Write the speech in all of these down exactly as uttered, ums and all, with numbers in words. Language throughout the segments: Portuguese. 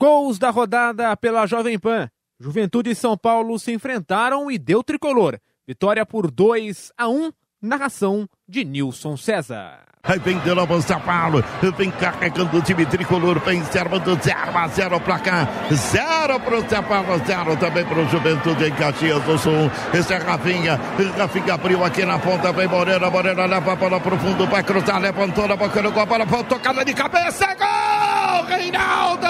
Gols da rodada pela Jovem Pan. Juventude e São Paulo se enfrentaram e deu tricolor. Vitória por dois a um, narração de Nilson César. Aí vem de novo o São Paulo, vem carregando o time tricolor, vem servando zero a zero pra cá, zero pro São Paulo, zero também pro Juventude em Caxias do Sul. Esse é Rafinha, Rafinha abriu aqui na ponta, vem Moreira, Moreira leva a bola pro fundo, vai cruzar, levantou na boca do gol, a bola foi tocada de cabeça, é gol, Reinaldo!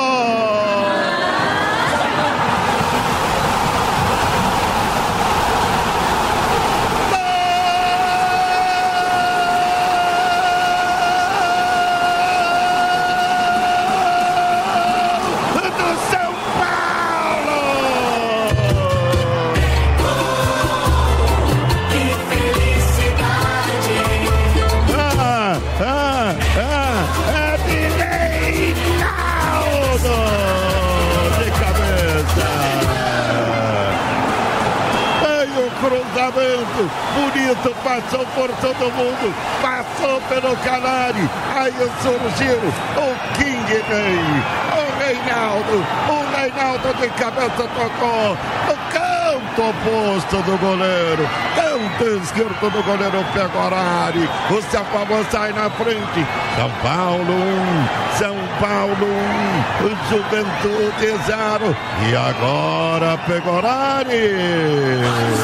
Cruzamento bonito, passou por todo mundo, passou pelo Canari, aí surgiu o King Rei, o Reinaldo, o Reinaldo de cabeça tocou no canto oposto do goleiro, canto esquerdo do goleiro Pegorari, o São Paulo sai na frente, São Paulo um, São Paulo um, o Juventude zero, e agora Pegorari.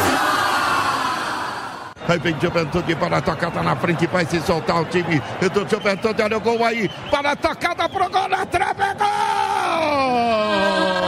Aí vem Juventude para a tocada na frente, vai se soltar o time do Juventude, olha o gol aí, para a tocada pro gol na trave, gol!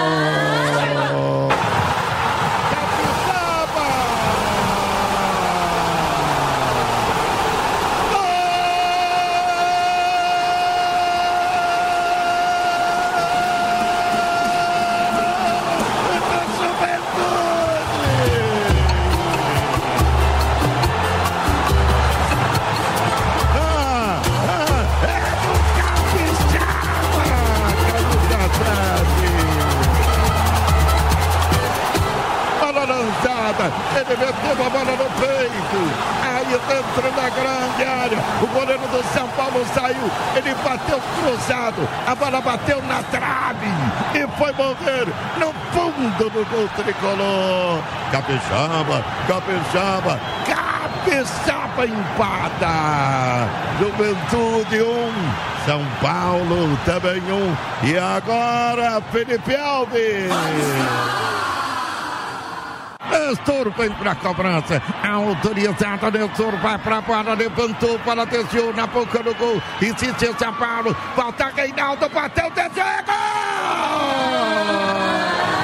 Ele meteu a bola no peito, aí dentro da grande área, o goleiro do São Paulo saiu, ele bateu cruzado, a bola bateu na trave e foi morrer no fundo do gol tricolor. Capixaba, Capixaba, Capixaba empata, Juventude um, São Paulo também um, e agora Felipe Alves. Nestor vem para a cobrança, autorizada, Nestor vai para a bola, levantou para desceu na boca do gol, insiste São Paulo, volta Reinaldo, bateu, desceu, é gol!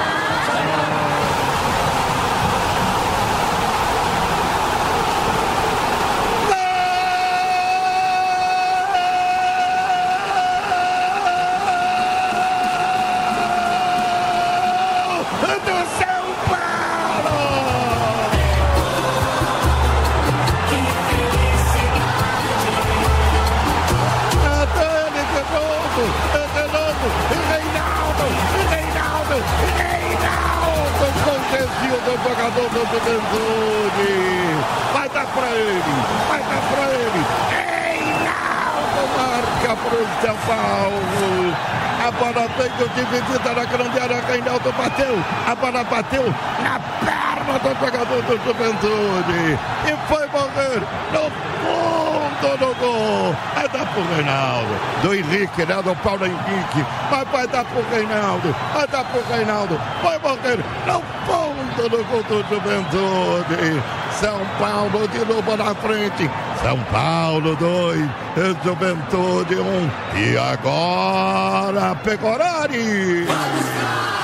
Do jogador do Juventude, vai dar pra ele, vai dar pra ele, Reinaldo marca pro São Paulo, a bola veio dividida na grande área, Reinaldo bateu, a bola bateu na perna do jogador do Juventude, e foi morrer no fundo do gol, vai dar pro Reinaldo, do Henrique, né, do Paulo Henrique, mas vai dar pro Reinaldo, vai dar pro Reinaldo, vai morrer no fundo do gol do Juventude. São Paulo de novo na frente, São Paulo dois, Juventude um, e agora Pegorari.